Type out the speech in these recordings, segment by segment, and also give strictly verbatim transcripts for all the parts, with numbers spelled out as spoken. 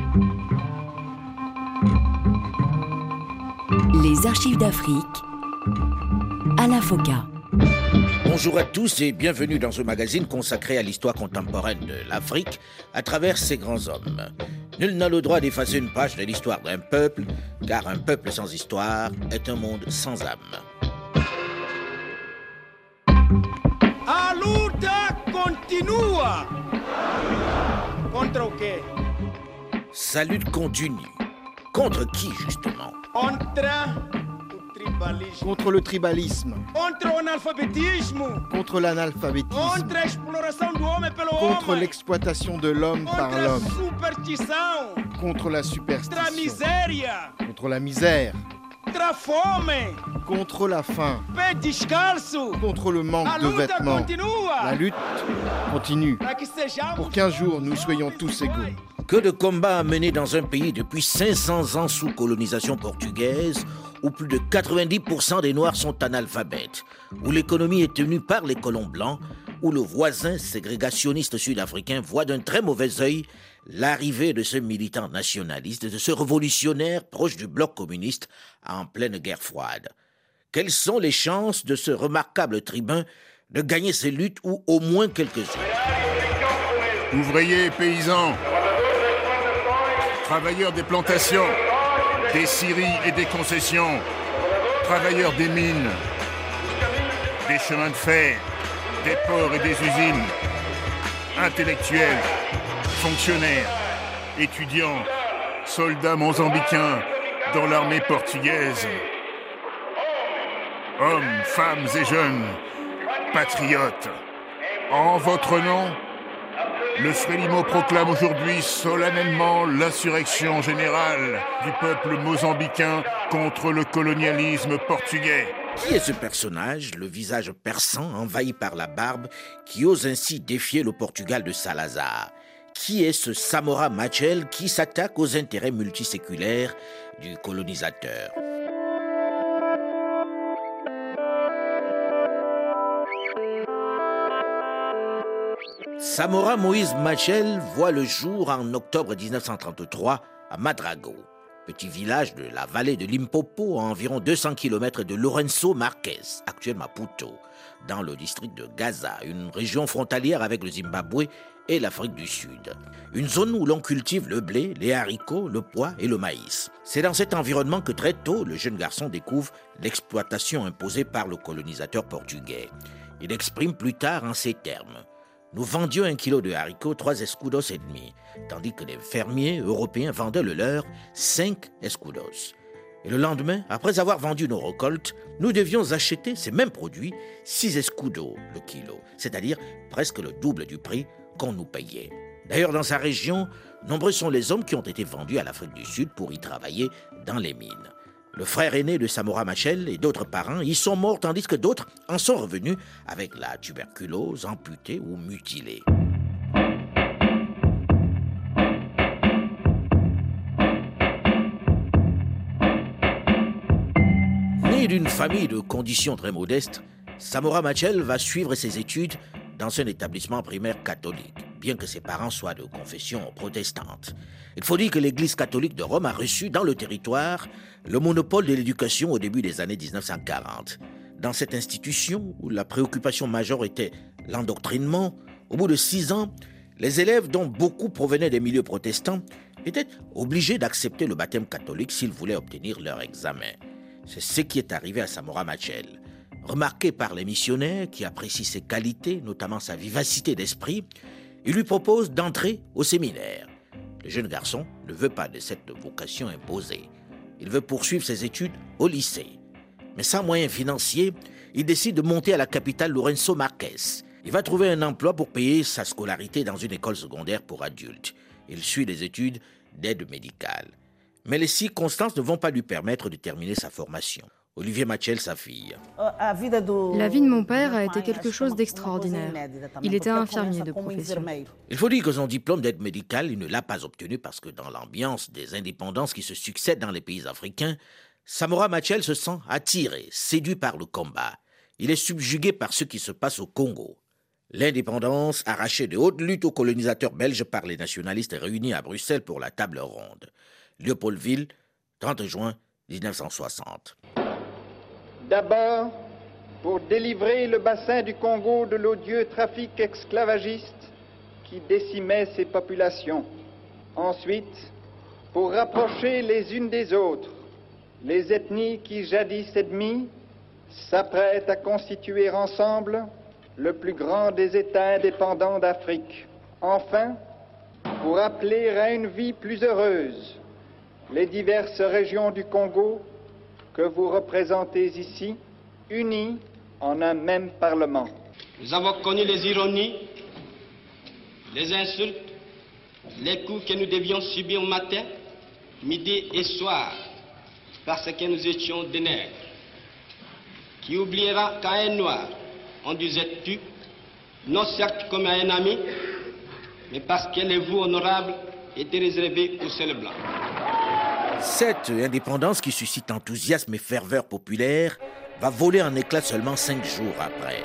Les archives d'Afrique, Alain Foka. Bonjour à tous et bienvenue dans ce magazine consacré à l'histoire contemporaine de l'Afrique à travers ses grands hommes. Nul n'a le droit d'effacer une page de l'histoire d'un peuple, car un peuple sans histoire est un monde sans âme. A luta continua. Contra o quê? Sa lutte continue. Contre qui, justement? Contra o tribalismo. Contre le tribalisme, Contra o analfabetismo. contre l'analphabétisme, Contra a exploração do homem pelo contre homem. l'exploitation de l'homme par Contra a l'homme, superstição. contre la Contra a superstition, miséria. contre la misère, Contra a fome. contre la faim, Pé descalço. contre le A manque de luta vêtements. continua. La lutte continue Para que sejamos pour qu'un jour nous soyons tous égaux. Que de combats menés dans un pays depuis cinq cents ans sous colonisation portugaise, où plus de quatre-vingt-dix pour cent des Noirs sont analphabètes, où l'économie est tenue par les colons blancs, où le voisin ségrégationniste sud-africain voit d'un très mauvais œil l'arrivée de ce militant nationaliste, de ce révolutionnaire proche du bloc communiste en pleine guerre froide. Quelles sont les chances de ce remarquable tribun de gagner ces luttes ou au moins quelques-unes? Ouvriers et paysans, travailleurs des plantations, des scieries et des concessions, travailleurs des mines, des chemins de fer, des ports et des usines, intellectuels, fonctionnaires, étudiants, soldats mozambicains dans l'armée portugaise, hommes, femmes et jeunes, patriotes, en votre nom, le Frélimo proclame aujourd'hui solennellement l'insurrection générale du peuple mozambicain contre le colonialisme portugais. Qui est ce personnage, le visage perçant, envahi par la barbe, qui ose ainsi défier le Portugal de Salazar? Qui est ce Samora Machel qui s'attaque aux intérêts multiséculaires du colonisateur? Samora Moïse Machel voit le jour en octobre dix-neuf cent trente-trois à Madrago, petit village de la vallée de Limpopo à environ deux cents kilomètres de Lourenço Marques, actuel Maputo, dans le district de Gaza, une région frontalière avec le Zimbabwe et l'Afrique du Sud. Une zone où l'on cultive le blé, les haricots, le pois et le maïs. C'est dans cet environnement que très tôt, le jeune garçon découvre l'exploitation imposée par le colonisateur portugais. Il exprime plus tard en ces termes: nous vendions un kilo de haricots trois escudos et demi, tandis que les fermiers européens vendaient le leur cinq escudos. Et le lendemain, après avoir vendu nos récoltes, nous devions acheter ces mêmes produits six escudos le kilo, c'est-à-dire presque le double du prix qu'on nous payait. D'ailleurs, dans sa région, nombreux sont les hommes qui ont été vendus à l'Afrique du Sud pour y travailler dans les mines. Le frère aîné de Samora Machel et d'autres parents y sont morts, tandis que d'autres en sont revenus avec la tuberculose, amputés ou mutilés. Né d'une famille de conditions très modestes, Samora Machel va suivre ses études dans un établissement primaire catholique, bien que ses parents soient de confession protestante. Il faut dire que l'Église catholique de Rome a reçu dans le territoire le monopole de l'éducation au début des années dix-neuf cent quarante. Dans cette institution, où la préoccupation majeure était l'endoctrinement, au bout de six ans, les élèves, dont beaucoup provenaient des milieux protestants, étaient obligés d'accepter le baptême catholique s'ils voulaient obtenir leur examen. C'est ce qui est arrivé à Samora Machel. Remarqué par les missionnaires qui apprécient ses qualités, notamment sa vivacité d'esprit, il lui propose d'entrer au séminaire. Le jeune garçon ne veut pas de cette vocation imposée. Il veut poursuivre ses études au lycée. Mais sans moyens financiers, il décide de monter à la capitale Lourenço Marques. Il va trouver un emploi pour payer sa scolarité dans une école secondaire pour adultes. Il suit des études d'aide médicale. Mais les circonstances ne vont pas lui permettre de terminer sa formation. Olivier Machel, sa fille. La vie de mon père a été quelque chose d'extraordinaire. Il était infirmier de profession. Il faut dire que son diplôme d'aide médicale, il ne l'a pas obtenu parce que dans l'ambiance des indépendances qui se succèdent dans les pays africains, Samora Machel se sent attiré, séduit par le combat. Il est subjugué par ce qui se passe au Congo. L'indépendance arrachée de haute lutte aux colonisateurs belges par les nationalistes réunis à Bruxelles pour la table ronde. Léopoldville, trente juin mille neuf cent soixante. D'abord, pour délivrer le bassin du Congo de l'odieux trafic esclavagiste qui décimait ses populations. Ensuite, pour rapprocher les unes des autres les ethnies qui, jadis ennemies, s'apprêtent à constituer ensemble le plus grand des États indépendants d'Afrique. Enfin, pour appeler à une vie plus heureuse les diverses régions du Congo que vous représentez ici, unis en un même Parlement. Nous avons connu les ironies, les insultes, les coups que nous devions subir matin, midi et soir, parce que nous étions des nègres. Qui oubliera qu'à un noir, on disait tu, non certes comme à un ami, mais parce que les voix honorables étaient réservées aux seuls blancs. Cette indépendance qui suscite enthousiasme et ferveur populaire va voler en éclats seulement cinq jours après.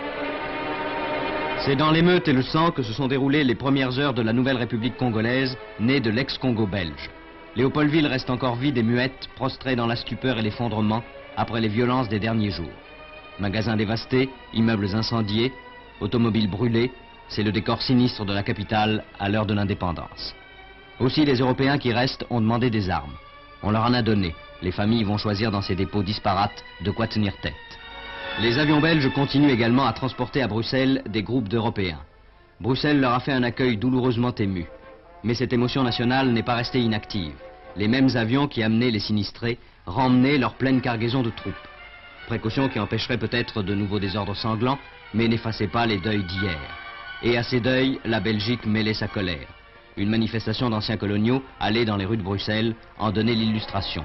C'est dans l'émeute et le sang que se sont déroulées les premières heures de la nouvelle République congolaise, née de l'ex-Congo belge. Léopoldville reste encore vide et muette, prostrée dans la stupeur et l'effondrement après les violences des derniers jours. Magasins dévastés, immeubles incendiés, automobiles brûlées, c'est le décor sinistre de la capitale à l'heure de l'indépendance. Aussi, les Européens qui restent ont demandé des armes. On leur en a donné. Les familles vont choisir dans ces dépôts disparates de quoi tenir tête. Les avions belges continuent également à transporter à Bruxelles des groupes d'Européens. Bruxelles leur a fait un accueil douloureusement ému. Mais cette émotion nationale n'est pas restée inactive. Les mêmes avions qui amenaient les sinistrés remmenaient leur pleine cargaison de troupes. Précaution qui empêcherait peut-être de nouveaux désordres sanglants, mais n'effaçait pas les deuils d'hier. Et à ces deuils, la Belgique mêlait sa colère. Une manifestation d'anciens coloniaux, allée dans les rues de Bruxelles, en donnait l'illustration.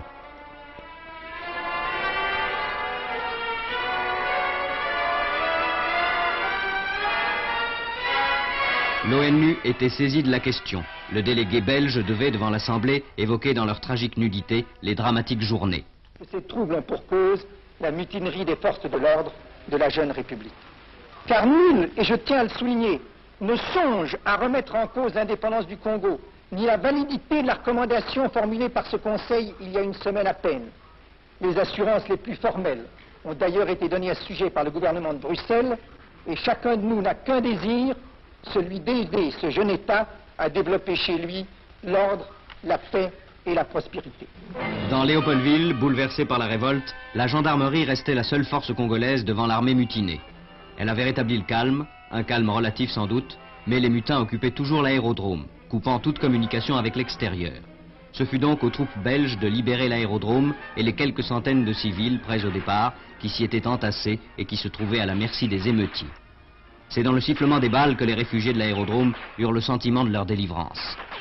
L'ONU était saisie de la question. Le délégué belge devait, devant l'Assemblée, évoquer dans leur tragique nudité les dramatiques journées. Ces troubles ont pour cause la mutinerie des forces de l'ordre de la jeune République. Car nul, et je tiens à le souligner, ne songe à remettre en cause l'indépendance du Congo, ni la validité de la recommandation formulée par ce Conseil il y a une semaine à peine. Les assurances les plus formelles ont d'ailleurs été données à ce sujet par le gouvernement de Bruxelles, et chacun de nous n'a qu'un désir, celui d'aider ce jeune État à développer chez lui l'ordre, la paix et la prospérité. Dans Léopoldville, bouleversée par la révolte, la gendarmerie restait la seule force congolaise devant l'armée mutinée. Elle avait rétabli le calme, un calme relatif sans doute, mais les mutins occupaient toujours l'aérodrome, coupant toute communication avec l'extérieur. Ce fut donc aux troupes belges de libérer l'aérodrome et les quelques centaines de civils prêts au départ qui s'y étaient entassés et qui se trouvaient à la merci des émeutiers. C'est dans le sifflement des balles que les réfugiés de l'aérodrome eurent le sentiment de leur délivrance.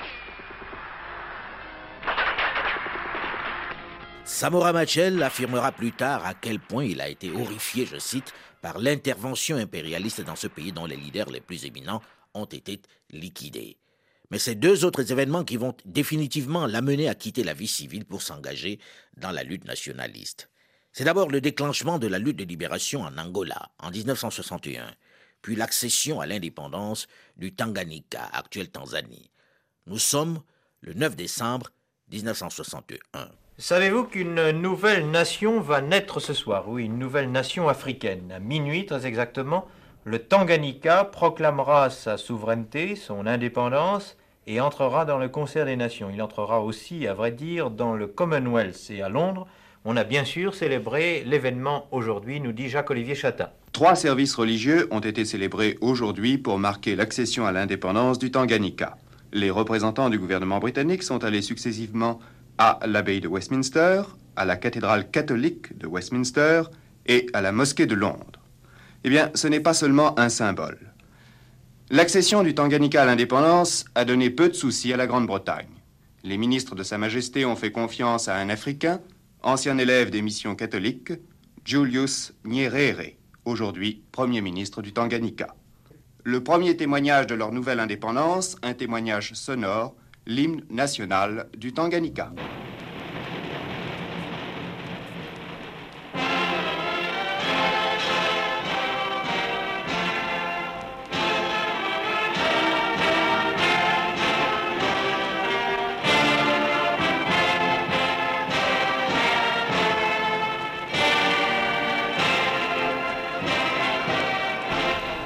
Samora Machel affirmera plus tard à quel point il a été horrifié, je cite, par l'intervention impérialiste dans ce pays dont les leaders les plus éminents ont été liquidés. Mais c'est deux autres événements qui vont définitivement l'amener à quitter la vie civile pour s'engager dans la lutte nationaliste. C'est d'abord le déclenchement de la lutte de libération en Angola en dix-neuf cent soixante et un, puis l'accession à l'indépendance du Tanganyika, actuelle Tanzanie. Nous sommes le neuf décembre dix-neuf cent soixante et un. Savez-vous qu'une nouvelle nation va naître ce soir? Oui, une nouvelle nation africaine. À minuit, très exactement, le Tanganyika proclamera sa souveraineté, son indépendance, et entrera dans le concert des nations. Il entrera aussi, à vrai dire, dans le Commonwealth. Et à Londres, on a bien sûr célébré l'événement aujourd'hui, nous dit Jacques-Olivier Chatin. Trois services religieux ont été célébrés aujourd'hui pour marquer l'accession à l'indépendance du Tanganyika. Les représentants du gouvernement britannique sont allés successivement à l'abbaye de Westminster, à la cathédrale catholique de Westminster et à la mosquée de Londres. Eh bien, ce n'est pas seulement un symbole. L'accession du Tanganyika à l'indépendance a donné peu de soucis à la Grande-Bretagne. Les ministres de Sa Majesté ont fait confiance à un Africain, ancien élève des missions catholiques, Julius Nyerere, aujourd'hui Premier ministre du Tanganyika. Le premier témoignage de leur nouvelle indépendance, un témoignage sonore, l'hymne national du Tanganyika.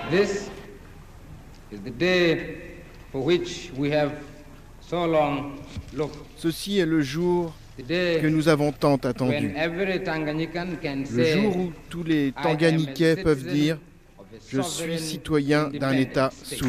This is the day for which we have so long looked. Ceci est le jour que nous avons tant attendu. Le jour où tous les Tanganiquais peuvent dire « Je suis citoyen d'un État souverain ».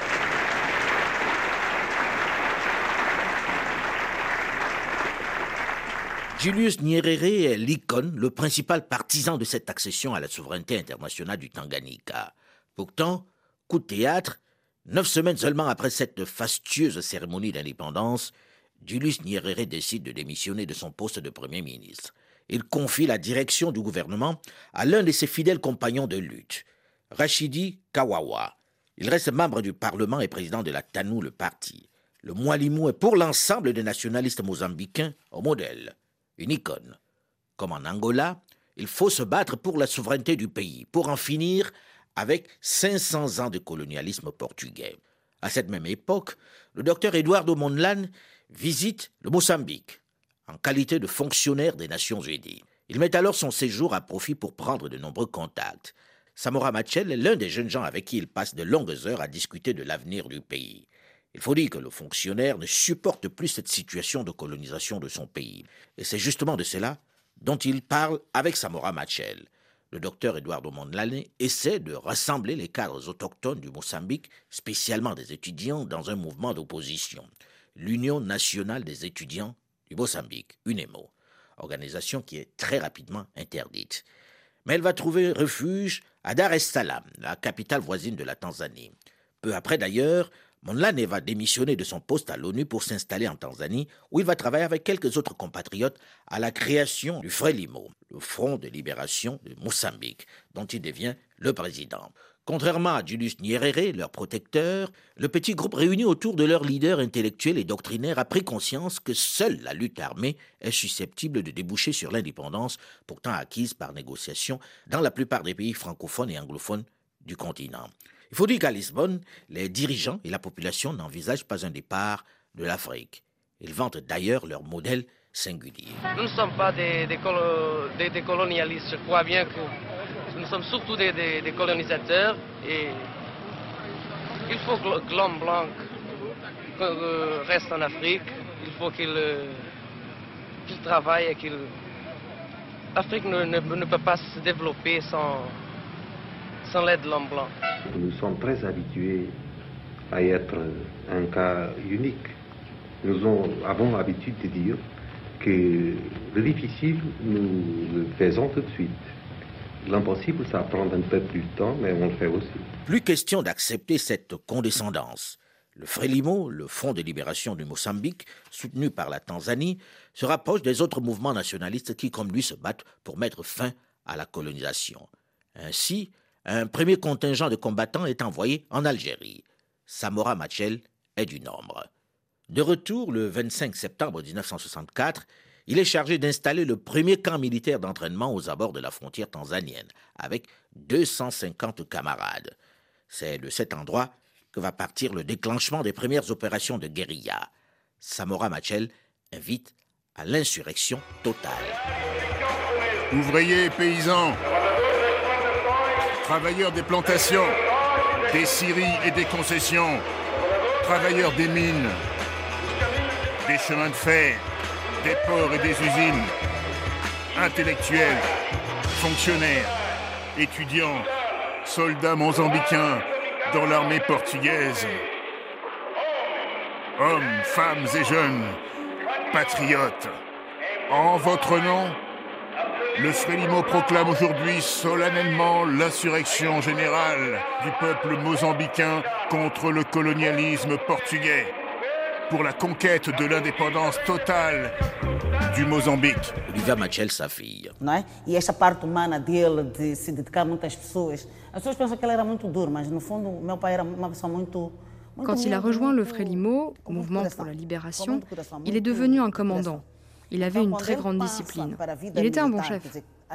Julius Nyerere est l'icône, le principal partisan de cette accession à la souveraineté internationale du Tanganyika. Pourtant, coup de théâtre, neuf semaines seulement après cette fastueuse cérémonie d'indépendance, Julius Nyerere décide de démissionner de son poste de Premier ministre. Il confie la direction du gouvernement à l'un de ses fidèles compagnons de lutte, Rachidi Kawawa. Il reste membre du Parlement et président de la T A N U, le parti. Le Mwalimu est pour l'ensemble des nationalistes mozambicains un modèle, une icône. Comme en Angola, il faut se battre pour la souveraineté du pays, pour en finir avec cinq cents ans de colonialisme portugais. À cette même époque, le docteur Eduardo Mondlane visite le Mozambique en qualité de fonctionnaire des Nations Unies. Il met alors son séjour à profit pour prendre de nombreux contacts. Samora Machel est l'un des jeunes gens avec qui il passe de longues heures à discuter de l'avenir du pays. Il faut dire que le fonctionnaire ne supporte plus cette situation de colonisation de son pays. Et c'est justement de cela dont il parle avec Samora Machel. Le docteur Eduardo Mondlane essaie de rassembler les cadres autochtones du Mozambique, spécialement des étudiants, dans un mouvement d'opposition, l'Union nationale des étudiants du Mozambique, UNEMO, organisation qui est très rapidement interdite. Mais elle va trouver refuge à Dar es Salaam, la capitale voisine de la Tanzanie. Peu après d'ailleurs, Mondlane va démissionner de son poste à l'ONU pour s'installer en Tanzanie, où il va travailler avec quelques autres compatriotes à la création du Frelimo, le Front de libération de Mozambique, dont il devient le président. Contrairement à Julius Nyerere, leur protecteur, le petit groupe réuni autour de leur leader intellectuel et doctrinaire a pris conscience que seule la lutte armée est susceptible de déboucher sur l'indépendance, pourtant acquise par négociation dans la plupart des pays francophones et anglophones du continent. Il faut dire qu'à Lisbonne, les dirigeants et la population n'envisagent pas un départ de l'Afrique. Ils vantent d'ailleurs leur modèle singulier. Nous ne sommes pas des, des, colo, des, des colonialistes, je crois bien que nous sommes surtout des, des, des colonisateurs et il faut que l'homme blanc reste en Afrique, il faut qu'il qu'il travaille et qu'il... L'Afrique ne, ne, ne peut pas se développer sans... sans l'aide de l'homme blanc. Nous sommes très habitués à être un cas unique. Nous avons l'habitude de dire que le difficile, nous le faisons tout de suite. L'impossible, ça prend un peu plus de temps, mais on le fait aussi. Plus question d'accepter cette condescendance. Le Frelimo, le Front de libération du Mozambique, soutenu par la Tanzanie, se rapproche des autres mouvements nationalistes qui, comme lui, se battent pour mettre fin à la colonisation. Ainsi, un premier contingent de combattants est envoyé en Algérie. Samora Machel est du nombre. De retour le vingt-cinq septembre mille neuf cent soixante-quatre, il est chargé d'installer le premier camp militaire d'entraînement aux abords de la frontière tanzanienne, avec deux cent cinquante camarades. C'est de cet endroit que va partir le déclenchement des premières opérations de guérilla. Samora Machel invite à l'insurrection totale. Ouvriers et paysans, travailleurs des plantations, des scieries et des concessions, travailleurs des mines, des chemins de fer, des ports et des usines, intellectuels, fonctionnaires, étudiants, soldats mozambicains dans l'armée portugaise, hommes, femmes et jeunes, patriotes, en votre nom, le Frelimo proclame aujourd'hui solennellement l'insurrection générale du peuple mozambicain contre le colonialisme portugais, pour la conquête de l'indépendance totale du Mozambique. Olivia Machel, sa fille. Não é? E esta parte humana dele, de se dedicar a muitas pessoas. As pessoas pensam que ele era muito duro, mas no fundo, meu pai era uma pessoa muito... Quand il a rejoint le Frelimo, mouvement pour la libération, il est devenu un commandant. Il avait une très grande discipline. Il était un bon chef.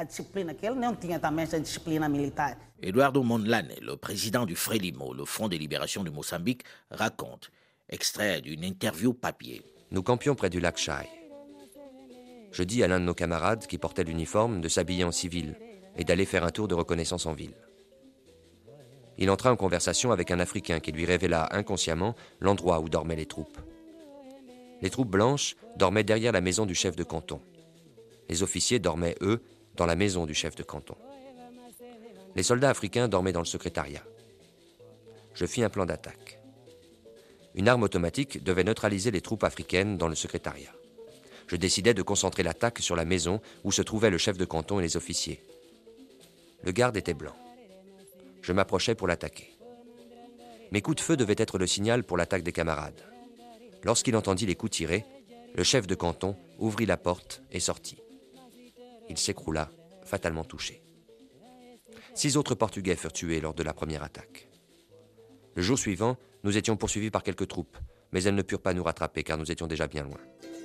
Eduardo Mondlane, le président du Frelimo, le Front de libération du Mozambique, raconte, extrait d'une interview papier. Nous campions près du lac Chai. Je dis à l'un de nos camarades qui portait l'uniforme de s'habiller en civil et d'aller faire un tour de reconnaissance en ville. il entra en conversation avec un Africain qui lui révéla inconsciemment l'endroit où dormaient les troupes. Les troupes blanches dormaient derrière la maison du chef de canton. Les officiers dormaient, eux, dans la maison du chef de canton. Les soldats africains dormaient dans le secrétariat. Je fis un plan d'attaque. Une arme automatique devait neutraliser les troupes africaines dans le secrétariat. Je décidai de concentrer l'attaque sur la maison où se trouvaient le chef de canton et les officiers. Le garde était blanc. Je m'approchais pour l'attaquer. Mes coups de feu devaient être le signal pour l'attaque des camarades. Lorsqu'il entendit les coups tirés, le chef de canton ouvrit la porte et sortit. Il s'écroula, fatalement touché. Six autres Portugais furent tués lors de la première attaque. Le jour suivant, nous étions poursuivis par quelques troupes, mais elles ne purent pas nous rattraper car nous étions déjà bien loin.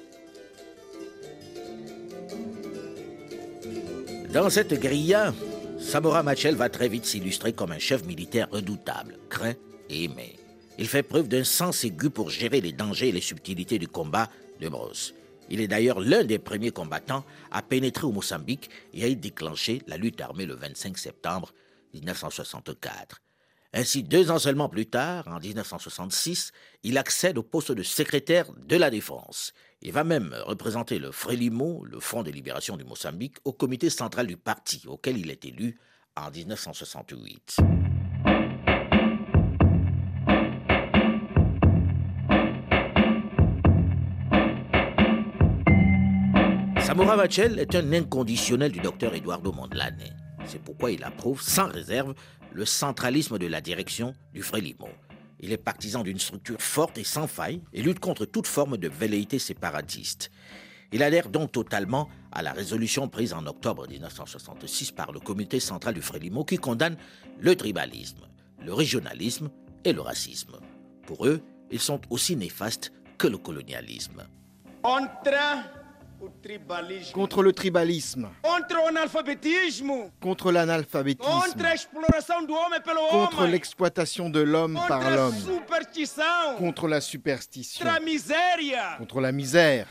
Dans cette guérilla, Samora Machel va très vite s'illustrer comme un chef militaire redoutable, craint et aimé. Il fait preuve d'un sens aigu pour gérer les dangers et les subtilités du combat de brosse. Il est d'ailleurs l'un des premiers combattants à pénétrer au Mozambique et à y déclencher la lutte armée le vingt-cinq septembre mille neuf cent soixante-quatre. Ainsi, deux ans seulement plus tard, en mille neuf cent soixante-six, il accède au poste de secrétaire de la Défense. Il va même représenter le Frelimo, le Front de libération du Mozambique, au comité central du parti, auquel il est élu en mille neuf cent soixante-huit. Samora Machel est un inconditionnel du docteur Eduardo Mondlane. C'est pourquoi il approuve sans réserve le centralisme de la direction du Frelimo. Il est partisan d'une structure forte et sans faille et lutte contre toute forme de velléité séparatiste. Il adhère donc totalement à la résolution prise en octobre mille neuf cent soixante-six par le comité central du Frelimo qui condamne le tribalisme, le régionalisme et le racisme. Pour eux, ils sont aussi néfastes que le colonialisme. Contre le tribalisme, contre l'analphabétisme, contre l'analphabétisme, contre l'exploitation de l'homme par l'homme, contre la superstition, contre la misère,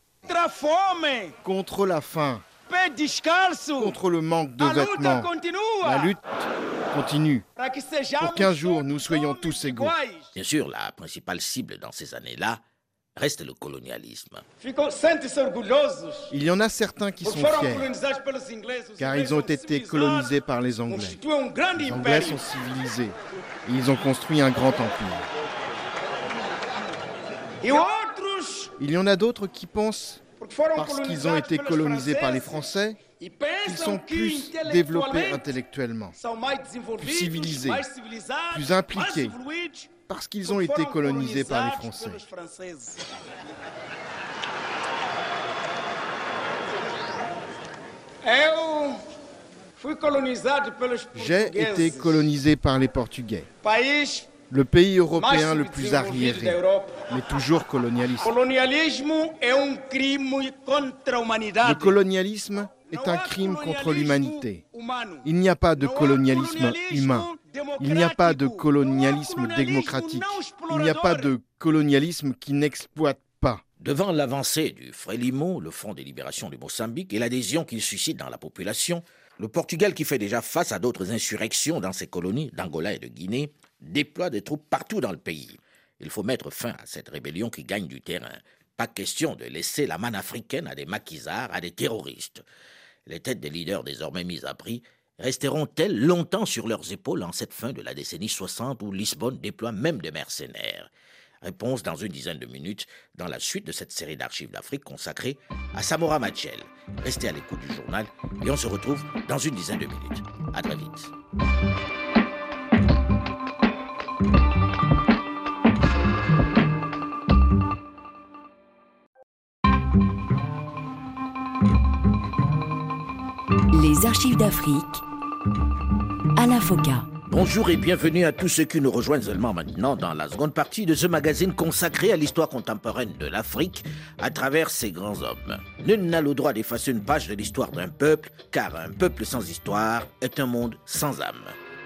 contre la faim, contre le manque de vêtements. La lutte continue pour qu'un jour nous soyons tous égaux. Bien sûr, la principale cible dans ces années-là reste le colonialisme. Il y en a certains qui sont fiers, car ils ont été colonisés par les Anglais. Les Anglais sont civilisés, et ils ont construit un grand empire. Il y en a d'autres qui pensent, parce qu'ils ont été colonisés par les Français, qu'ils sont plus développés intellectuellement, plus civilisés, plus impliqués, parce qu'ils ont été colonisés par les Français. J'ai été colonisé par les Portugais, le pays européen le plus arriéré, mais toujours colonialiste. Le colonialisme est un crime contre l'humanité. Il n'y a pas de colonialisme humain. Il n'y a pas de colonialisme démocratique. Il n'y a pas de colonialisme qui n'exploite pas. Devant l'avancée du Frelimo, le Front de libération du Mozambique, et l'adhésion qu'il suscite dans la population, le Portugal, qui fait déjà face à d'autres insurrections dans ses colonies d'Angola et de Guinée, déploie des troupes partout dans le pays. Il faut mettre fin à cette rébellion qui gagne du terrain. Pas question de laisser la manne africaine à des maquisards, à des terroristes. Les têtes des leaders désormais mises à prix resteront-elles longtemps sur leurs épaules en cette fin de la décennie soixante où Lisbonne déploie même des mercenaires? Réponse dans une dizaine de minutes dans la suite de cette série d'archives d'Afrique consacrée à Samora Machel. Restez à l'écoute du journal et on se retrouve dans une dizaine de minutes. À très vite. Les archives d'Afrique, Alain Foka. Bonjour et bienvenue à tous ceux qui nous rejoignent seulement maintenant dans la seconde partie de ce magazine consacré à l'histoire contemporaine de l'Afrique à travers ses grands hommes. Nul n'a le droit d'effacer une page de l'histoire d'un peuple, car un peuple sans histoire est un monde sans âme.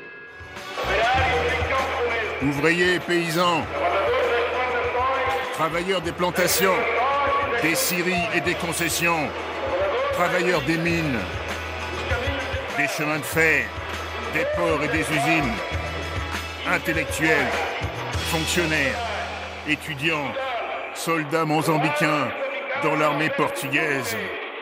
Ouvriers et paysans, travailleurs des plantations, des scieries et des concessions, travailleurs des mines, des chemins de fer, des ports et des usines, intellectuels, fonctionnaires, étudiants, soldats mozambicains dans l'armée portugaise.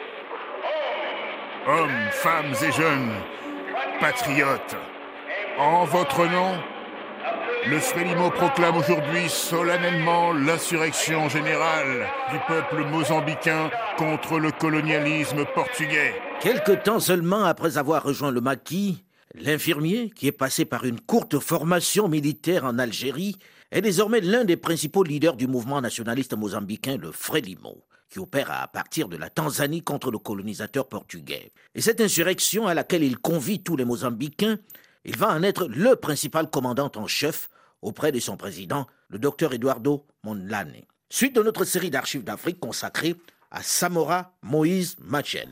Hommes, femmes et jeunes, patriotes, en votre nom, le Frélimo proclame aujourd'hui solennellement l'insurrection générale du peuple mozambicain contre le colonialisme portugais. Quelque temps seulement après avoir rejoint le maquis, l'infirmier, qui est passé par une courte formation militaire en Algérie, est désormais l'un des principaux leaders du mouvement nationaliste mozambicain, le Frélimo, qui opère à partir de la Tanzanie contre le colonisateur portugais. Et cette insurrection à laquelle il convie tous les Mozambicains, il va en être le principal commandant en chef auprès de son président, le docteur Eduardo Mondlane. Suite de notre série d'archives d'Afrique consacrée à Samora Moïse Machel.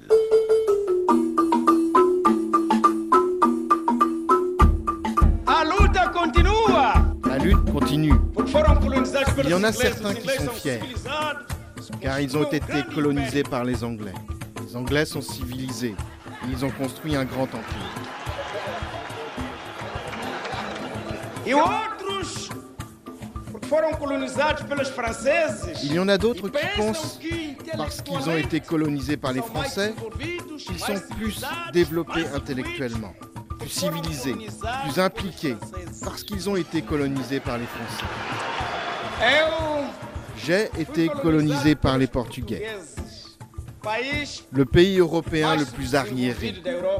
La lutte continue. Il y en a certains qui sont fiers, car ils ont été colonisés par les Anglais. Les Anglais sont civilisés. Ils ont construit un grand empire. Il y en a d'autres qui pensent, parce qu'ils ont été colonisés par les Français, qu'ils sont plus développés intellectuellement, plus civilisés, plus impliqués, parce qu'ils ont été colonisés par les Français. J'ai été colonisé par les Portugais, le pays européen le plus arriéré.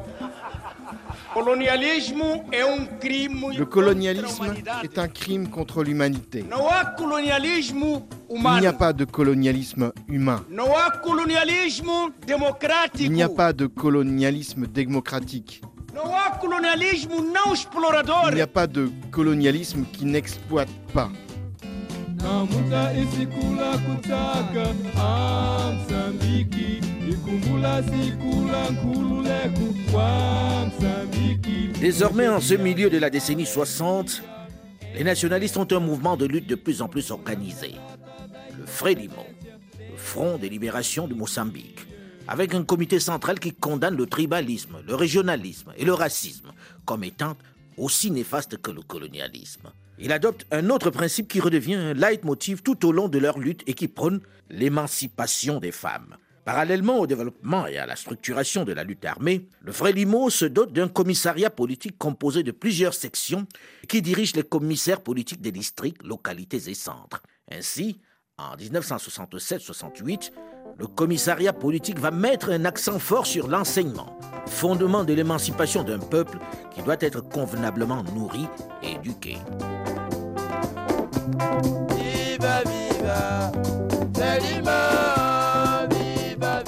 Le colonialisme est un crime contre l'humanité. Il n'y a pas de colonialisme humain. Il n'y a pas de colonialisme démocratique. Il n'y a pas de colonialisme qui n'exploite pas. Désormais, en ce milieu de la décennie soixante, les nationalistes ont un mouvement de lutte de plus en plus organisé. Le Frélimo, le Front de libération du Mozambique, avec un comité central qui condamne le tribalisme, le régionalisme et le racisme comme étant aussi néfastes que le colonialisme. Il adopte un autre principe qui redevient un leitmotiv tout au long de leur lutte et qui prône l'émancipation des femmes. Parallèlement au développement et à la structuration de la lutte armée, le Frélimo se dote d'un commissariat politique composé de plusieurs sections qui dirigent les commissaires politiques des districts, localités et centres. Ainsi, en dix-neuf cent soixante-sept soixante-huit, le commissariat politique va mettre un accent fort sur l'enseignement, fondement de l'émancipation d'un peuple qui doit être convenablement nourri et éduqué. Viva, viva, viva, viva,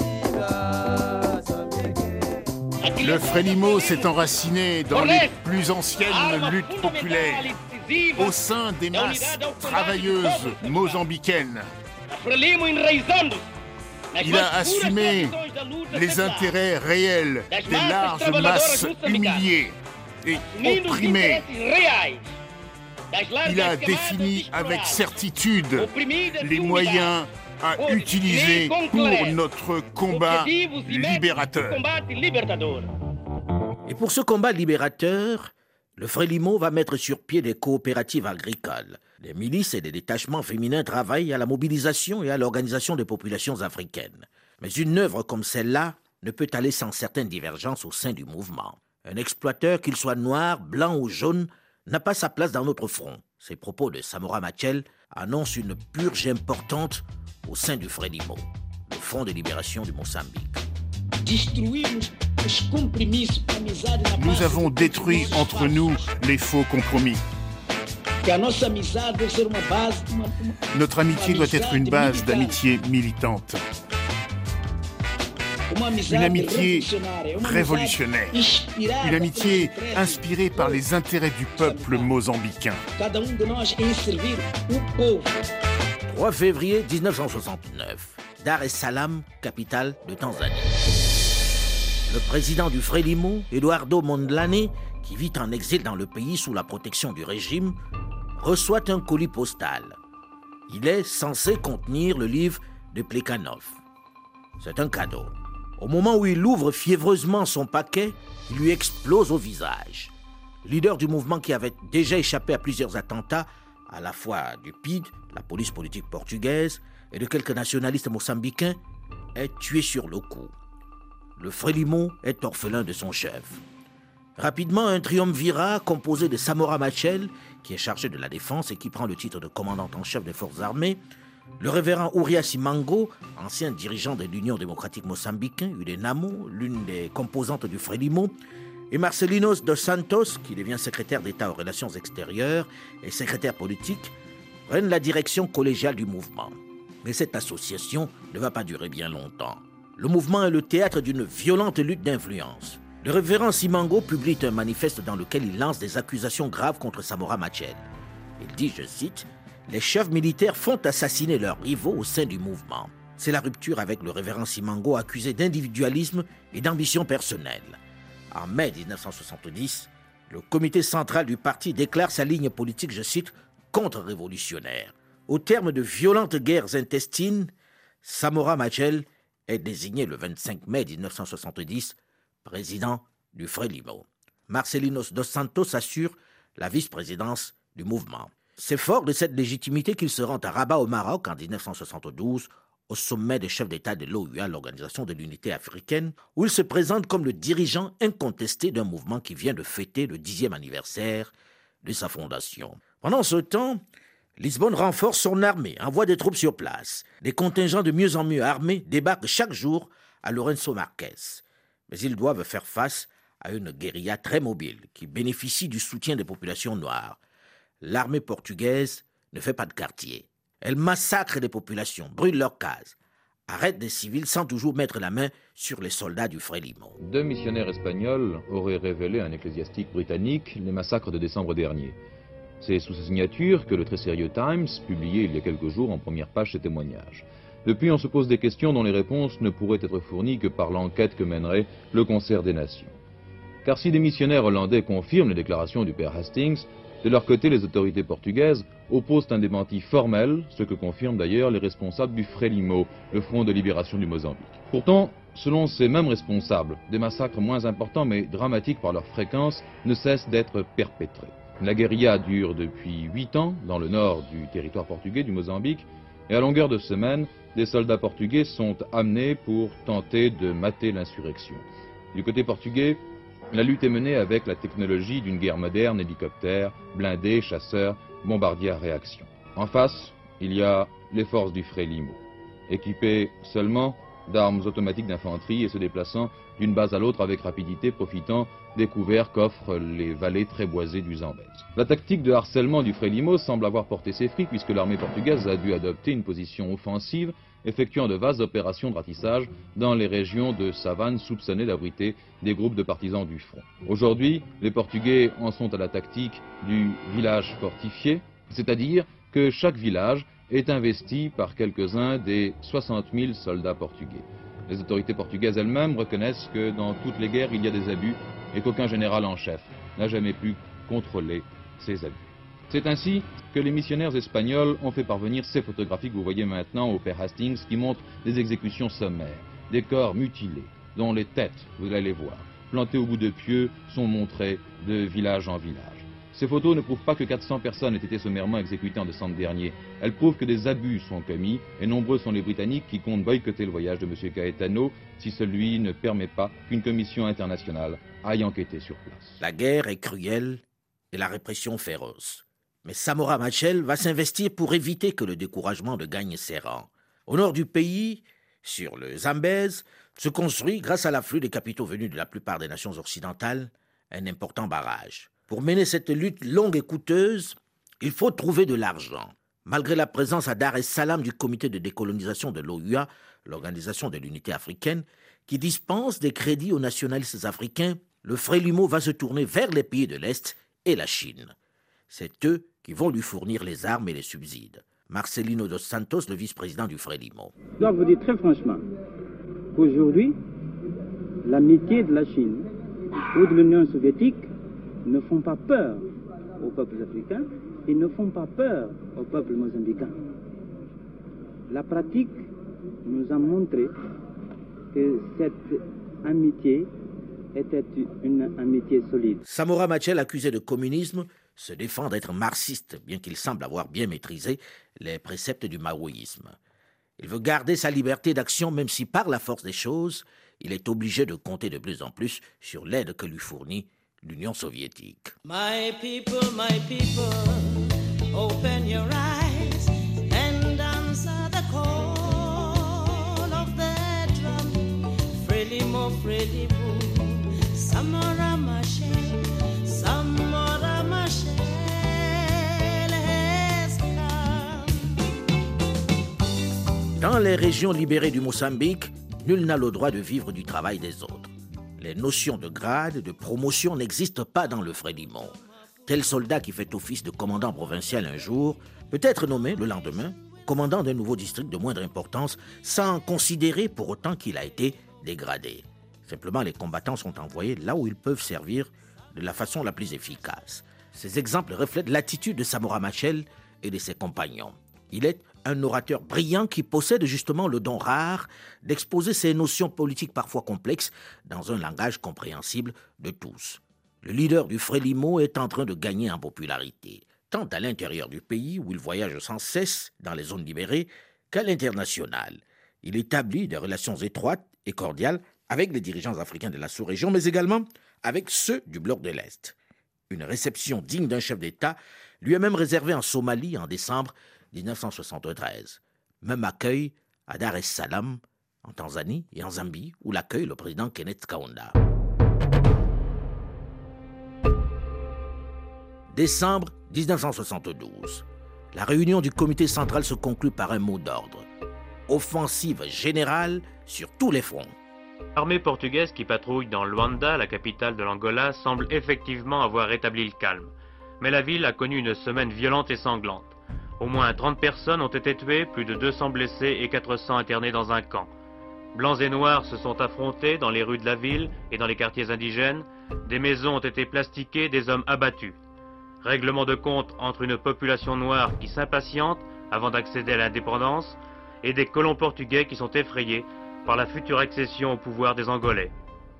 viva. Le Frélimo s'est enraciné dans les plus anciennes luttes populaires, au sein des masses travailleuses mozambicaines. Il a assumé les intérêts réels des larges masses humiliées et opprimées. Il a défini avec certitude les moyens à utiliser pour notre combat libérateur. Et pour ce combat libérateur, le Frélimo va mettre sur pied des coopératives agricoles. Les milices et les détachements féminins travaillent à la mobilisation et à l'organisation des populations africaines. Mais une œuvre comme celle-là ne peut aller sans certaines divergences au sein du mouvement. Un exploiteur, qu'il soit noir, blanc ou jaune, n'a pas sa place dans notre front. Ces propos de Samora Machel annoncent une purge importante au sein du Frélimo, le Front de libération du Mozambique. Nous avons détruit entre nous les faux compromis. Notre amitié doit être une base d'amitié militante. Une amitié révolutionnaire. Une amitié inspirée par les intérêts du peuple mozambicain. trois février dix-neuf cent soixante-neuf, Dar es Salaam, capitale de Tanzanie. Le président du Frélimo, Eduardo Mondlane, qui vit en exil dans le pays sous la protection du régime, reçoit un colis postal. Il est censé contenir le livre de Plekhanov. C'est un cadeau. Au moment où il ouvre fiévreusement son paquet, il lui explose au visage. leader du mouvement qui avait déjà échappé à plusieurs attentats, à la fois du P I D, la police politique portugaise, et de quelques nationalistes mozambicains, est tué sur le coup. Le Frelimo est orphelin de son chef. Rapidement, un triumvirat composé de Samora Machel, qui est chargé de la défense et qui prend le titre de commandant en chef des forces armées, le révérend Urias Simango, ancien dirigeant de l'Union démocratique mozambicaine, U D N A M O, l'une des composantes du Frelimo, et Marcelinos dos Santos, qui devient secrétaire d'État aux relations extérieures et secrétaire politique, prennent la direction collégiale du mouvement. Mais cette association ne va pas durer bien longtemps. Le mouvement est le théâtre d'une violente lutte d'influence. Le révérend Simango publie un manifeste dans lequel il lance des accusations graves contre Samora Machel. Il dit, je cite, « Les chefs militaires font assassiner leurs rivaux au sein du mouvement. » C'est la rupture avec le révérend Simango accusé d'individualisme et d'ambition personnelle. En mai mille neuf cent soixante-dix, le comité central du parti déclare sa ligne politique, je cite, « contre-révolutionnaire ». Au terme de violentes guerres intestines, Samora Machel est désigné le vingt-cinq mai mille neuf cent soixante-dix président du Frelimo. Marcelinos dos Santos assure la vice-présidence du mouvement. C'est fort de cette légitimité qu'il se rend à Rabat au Maroc en mille neuf cent soixante-douze, au sommet des chefs d'État de l'O U A, l'Organisation de l'Unité africaine, où il se présente comme le dirigeant incontesté d'un mouvement qui vient de fêter le dixième anniversaire de sa fondation. Pendant ce temps, Lisbonne renforce son armée, envoie des troupes sur place. Des contingents de mieux en mieux armés débarquent chaque jour à Lourenço Marques. Mais ils doivent faire face à une guérilla très mobile qui bénéficie du soutien des populations noires. L'armée portugaise ne fait pas de quartier. Elle massacre les populations, brûle leurs cases, arrête des civils sans toujours mettre la main sur les soldats du Frelimo. Deux missionnaires espagnols auraient révélé à un ecclésiastique britannique les massacres de décembre dernier. C'est sous sa signature que le très sérieux Times publiait il y a quelques jours en première page ces témoignages. Depuis, on se pose des questions dont les réponses ne pourraient être fournies que par l'enquête que mènerait le Concert des Nations. Car si des missionnaires hollandais confirment les déclarations du père Hastings, de leur côté, les autorités portugaises opposent un démenti formel, ce que confirment d'ailleurs les responsables du Frelimo, le Front de libération du Mozambique. Pourtant, selon ces mêmes responsables, des massacres moins importants mais dramatiques par leur fréquence ne cessent d'être perpétrés. La guérilla dure depuis huit ans dans le nord du territoire portugais du Mozambique et à longueur de semaine, des soldats portugais sont amenés pour tenter de mater l'insurrection. Du côté portugais, la lutte est menée avec la technologie d'une guerre moderne, hélicoptères, blindés, chasseurs, bombardiers à réaction. En face, il y a les forces du Frelimo, équipées seulement d'armes automatiques d'infanterie et se déplaçant d'une base à l'autre avec rapidité, profitant des couverts qu'offrent les vallées très boisées du Zambèze. La tactique de harcèlement du Frelimo semble avoir porté ses fruits puisque l'armée portugaise a dû adopter une position offensive, effectuant de vastes opérations de ratissage dans les régions de savane soupçonnées d'abriter des groupes de partisans du front. Aujourd'hui, les Portugais en sont à la tactique du village fortifié, c'est-à-dire que chaque village est investi par quelques-uns des soixante mille soldats portugais. Les autorités portugaises elles-mêmes reconnaissent que dans toutes les guerres, il y a des abus et qu'aucun général en chef n'a jamais pu contrôler ces abus. C'est ainsi que les missionnaires espagnols ont fait parvenir ces photographies que vous voyez maintenant au père Hastings qui montrent des exécutions sommaires, des corps mutilés, dont les têtes, vous allez les voir, plantées au bout de pieux, sont montrées de village en village. Ces photos ne prouvent pas que quatre cents personnes aient été sommairement exécutées en décembre dernier. Elles prouvent que des abus sont commis et nombreux sont les Britanniques qui comptent boycotter le voyage de M. Caetano si celui ne permet pas qu'une commission internationale aille enquêter sur place. La guerre est cruelle et la répression féroce. Mais Samora Machel va s'investir pour éviter que le découragement ne gagne ses rangs. Au nord du pays, sur le Zambèze, se construit, grâce à l'afflux des capitaux venus de la plupart des nations occidentales, un important barrage. Pour mener cette lutte longue et coûteuse, il faut trouver de l'argent. Malgré la présence à Dar es Salaam du comité de décolonisation de l'O U A, l'Organisation de l'Unité africaine, qui dispense des crédits aux nationalistes africains, le Frelimo va se tourner vers les pays de l'Est et la Chine. C'est eux qui vont lui fournir les armes et les subsides. Marcelino dos Santos, le vice-président du Frelimo. Je dois vous dire très franchement qu'aujourd'hui, l'amitié de la Chine ou de l'Union soviétique ne font pas peur aux peuples africains et ne font pas peur au peuple mozambicain. La pratique nous a montré que cette amitié était une, un métier solide. Samora Machel, accusé de communisme, se défend d'être marxiste, bien qu'il semble avoir bien maîtrisé les préceptes du maoïsme. Il veut garder sa liberté d'action, même si par la force des choses, il est obligé de compter de plus en plus sur l'aide que lui fournit l'Union soviétique. My people, my people, open your eyes and answer the call of the drum. Frelimo, Frelimo, Samora Machel, Samora Machel has come. Dans les régions libérées du Mozambique, nul n'a le droit de vivre du travail des autres. Les notions de grade, de promotion n'existent pas dans le Frelimo. Tel soldat qui fait office de commandant provincial un jour peut être nommé le lendemain commandant d'un nouveau district de moindre importance sans considérer pour autant qu'il a été dégradé. Simplement, les combattants sont envoyés là où ils peuvent servir de la façon la plus efficace. Ces exemples reflètent l'attitude de Samora Machel et de ses compagnons. Il est un orateur brillant qui possède justement le don rare d'exposer ses notions politiques parfois complexes dans un langage compréhensible de tous. Le leader du Frelimo est en train de gagner en popularité, tant à l'intérieur du pays où il voyage sans cesse dans les zones libérées qu'à l'international. Il établit des relations étroites et cordiales avec les dirigeants africains de la sous-région, mais également avec ceux du bloc de l'Est. Une réception digne d'un chef d'État lui est même réservée en Somalie en décembre mille neuf cent soixante-treize. Même accueil à Dar es Salaam, en Tanzanie et en Zambie, où l'accueille le président Kenneth Kaunda. Décembre mille neuf cent soixante-douze. La réunion du comité central se conclut par un mot d'ordre. Offensive générale sur tous les fronts. L'armée portugaise qui patrouille dans Luanda, la capitale de l'Angola, semble effectivement avoir rétabli le calme. Mais la ville a connu une semaine violente et sanglante. Au moins trente personnes ont été tuées, plus de deux cents blessés et quatre cents internés dans un camp. Blancs et noirs se sont affrontés dans les rues de la ville et dans les quartiers indigènes. Des maisons ont été plastiquées, des hommes abattus. Règlement de compte entre une population noire qui s'impatiente avant d'accéder à l'indépendance et des colons portugais qui sont effrayés par la future accession au pouvoir des Angolais.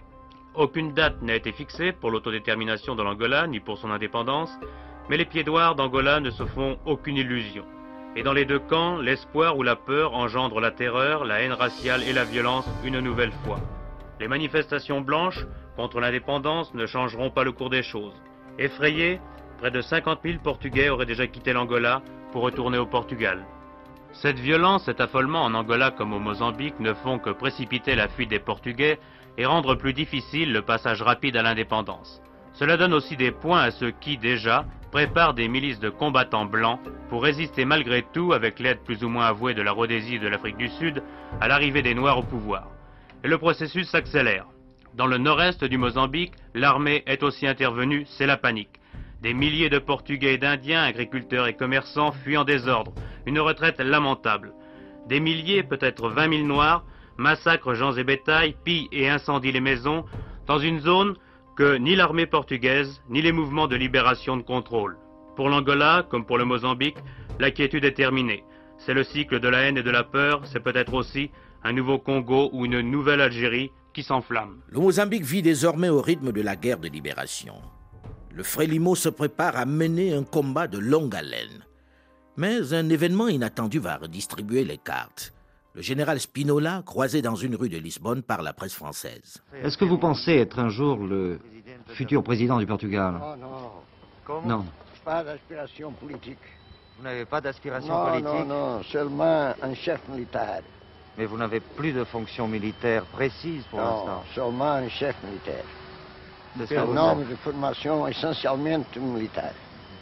Aucune date n'a été fixée pour l'autodétermination de l'Angola ni pour son indépendance, mais les pieds-noirs d'Angola ne se font aucune illusion. Et dans les deux camps, l'espoir ou la peur engendre la terreur, la haine raciale et la violence une nouvelle fois. Les manifestations blanches contre l'indépendance ne changeront pas le cours des choses. Effrayés, près de cinquante mille Portugais auraient déjà quitté l'Angola pour retourner au Portugal. Cette violence, cet affolement en Angola comme au Mozambique ne font que précipiter la fuite des Portugais et rendre plus difficile le passage rapide à l'indépendance. Cela donne aussi des points à ceux qui, déjà, préparent des milices de combattants blancs pour résister malgré tout, avec l'aide plus ou moins avouée de la Rhodésie et de l'Afrique du Sud, à l'arrivée des Noirs au pouvoir. Et le processus s'accélère. Dans le nord-est du Mozambique, l'armée est aussi intervenue, c'est la panique. Des milliers de Portugais et d'Indiens, agriculteurs et commerçants fuient en désordre, une retraite lamentable. Des milliers, peut-être vingt mille Noirs, massacrent gens et bétail, pillent et incendient les maisons, dans une zone que ni l'armée portugaise, ni les mouvements de libération ne contrôlent. Pour l'Angola, comme pour le Mozambique, l'inquiétude est terminée. C'est le cycle de la haine et de la peur, c'est peut-être aussi un nouveau Congo ou une nouvelle Algérie qui s'enflamme. Le Mozambique vit désormais au rythme de la guerre de libération. Le Frelimo se prépare à mener un combat de longue haleine. Mais un événement inattendu va redistribuer les cartes. Le général Spinola, croisé dans une rue de Lisbonne par la presse française. Est-ce que vous pensez être un jour le futur président du Portugal? Non, non. Comment? Non. Pas d'aspiration politique. Vous n'avez pas d'aspiration non, politique? Non, non, seulement un chef militaire. Mais vous n'avez plus de fonction militaire précise pour l'instant? Non, seulement un chef militaire. C'est un homme de formation essentiellement militaire.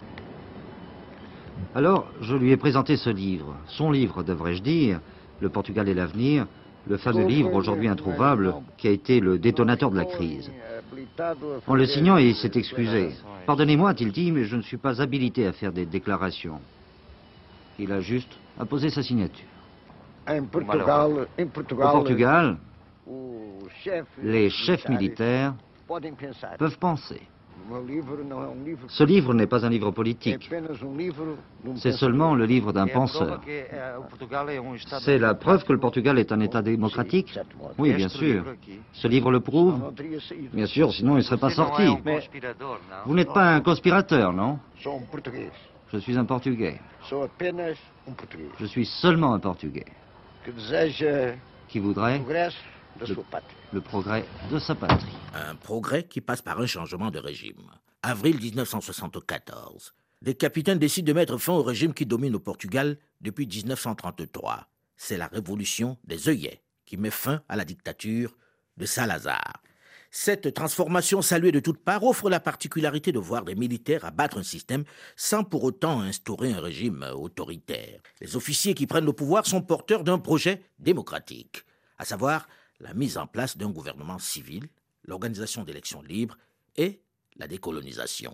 Alors, je lui ai présenté ce livre, son livre, devrais-je dire, Le Portugal et l'avenir, le fameux livre aujourd'hui introuvable qui a été le détonateur de la crise. En le signant, il s'est excusé. Pardonnez-moi, a-t-il dit, mais je ne suis pas habilité à faire des déclarations. Il a juste à poser sa signature. En Portugal, en Portugal, Au Portugal, les chefs militaires peuvent penser. Ce livre n'est pas un livre politique. C'est seulement le livre d'un penseur. C'est la preuve que le Portugal est un État démocratique? Oui, bien sûr. Ce livre le prouve? Bien sûr, sinon il ne serait pas sorti. Mais vous n'êtes pas un conspirateur, non? Je suis un Portugais. Je suis seulement un Portugais. Qui voudrait le, le progrès de sa patrie. Un progrès qui passe par un changement de régime. Avril mille neuf cent soixante-quatorze. Des capitaines décident de mettre fin au régime qui domine au Portugal depuis mille neuf cent trente-trois. C'est la révolution des œillets qui met fin à la dictature de Salazar. Cette transformation saluée de toutes parts offre la particularité de voir des militaires abattre un système sans pour autant instaurer un régime autoritaire. Les officiers qui prennent le pouvoir sont porteurs d'un projet démocratique, à savoir la mise en place d'un gouvernement civil, l'organisation d'élections libres et la décolonisation.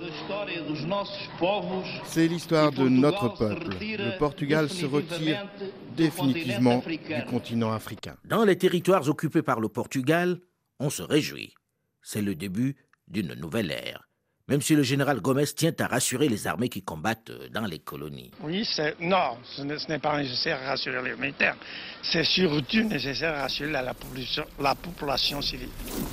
C'est l'histoire de notre peuple. Le Portugal se retire définitivement du continent africain. Dans les territoires occupés par le Portugal, on se réjouit. C'est le début d'une nouvelle ère. Même si le général Gomes tient à rassurer les armées qui combattent dans les colonies. Oui, c'est... non, ce n'est pas nécessaire de rassurer les militaires. C'est surtout nécessaire de rassurer la population, la population civile.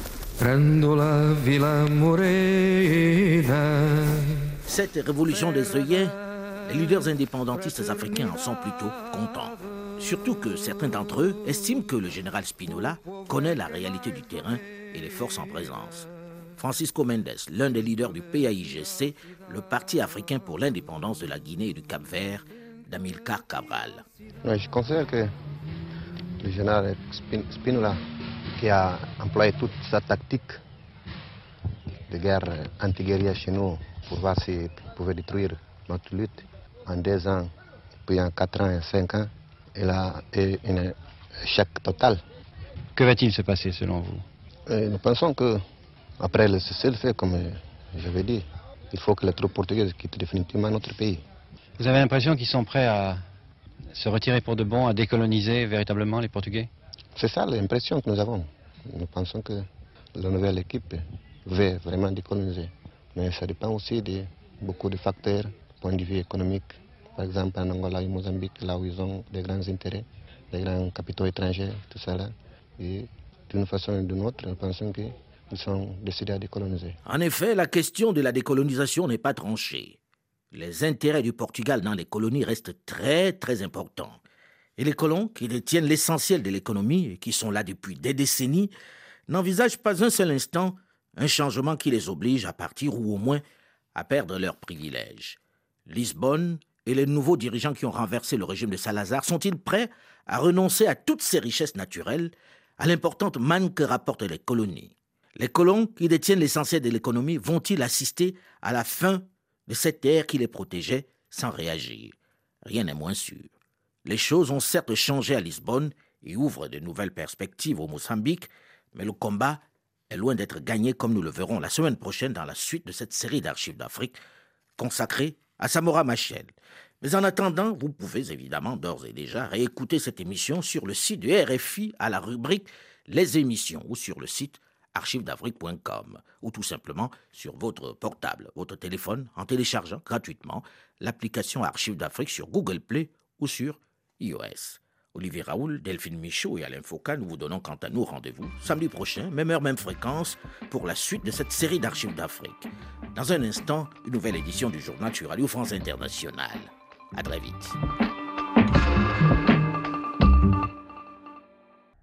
Cette révolution des œillets, les leaders indépendantistes africains en sont plutôt contents. Surtout que certains d'entre eux estiment que le général Spinola connaît la réalité du terrain et les forces en présence. Francisco Mendes, l'un des leaders du P A I G C, le Parti africain pour l'indépendance de la Guinée et du Cap-Vert, d'Amilcar Cabral. Oui, je considère que le général Spinola, qui a employé toute sa tactique de guerre anti-guérilla chez nous pour voir s'il pouvait détruire notre lutte en deux ans, puis en quatre ans et cinq ans, il a eu un échec total. Que va-t-il se passer selon vous? Et nous pensons que après le cessez-le-feu, comme j'avais dit, il faut que les troupes portugaises quittent définitivement notre pays. Vous avez l'impression qu'ils sont prêts à se retirer pour de bon, à décoloniser véritablement les Portugais? C'est ça l'impression que nous avons. Nous pensons que la nouvelle équipe veut vraiment décoloniser. Mais ça dépend aussi de beaucoup de facteurs, point de vue économique. Par exemple, en Angola et Mozambique, là où ils ont des grands intérêts, des grands capitaux étrangers, tout ça là. Et d'une façon ou d'une autre, nous pensons que ils sont décidés à décoloniser. En effet, la question de la décolonisation n'est pas tranchée. Les intérêts du Portugal dans les colonies restent très, très importants. Et les colons, qui détiennent l'essentiel de l'économie et qui sont là depuis des décennies, n'envisagent pas un seul instant un changement qui les oblige à partir ou au moins à perdre leurs privilèges. Lisbonne et les nouveaux dirigeants qui ont renversé le régime de Salazar sont-ils prêts à renoncer à toutes ces richesses naturelles, à l'importante manne que rapportent les colonies? Les colons qui détiennent l'essentiel de l'économie vont-ils assister à la fin de cette ère qui les protégeait sans réagir? Rien n'est moins sûr. Les choses ont certes changé à Lisbonne et ouvrent de nouvelles perspectives au Mozambique, mais le combat est loin d'être gagné comme nous le verrons la semaine prochaine dans la suite de cette série d'archives d'Afrique consacrée à Samora Machel. Mais en attendant, vous pouvez évidemment d'ores et déjà réécouter cette émission sur le site du R F I à la rubrique Les émissions ou sur le site archives d'afrique point com ou tout simplement sur votre portable, votre téléphone, en téléchargeant gratuitement l'application Archives d'Afrique sur Google Play ou sur iOS. Olivier Raoul, Delphine Michaud et Alain Foucault, nous vous donnons quant à nous rendez-vous samedi prochain, même heure, même fréquence, pour la suite de cette série d'Archives d'Afrique. Dans un instant, une nouvelle édition du journal sur Radio France Internationale. À très vite.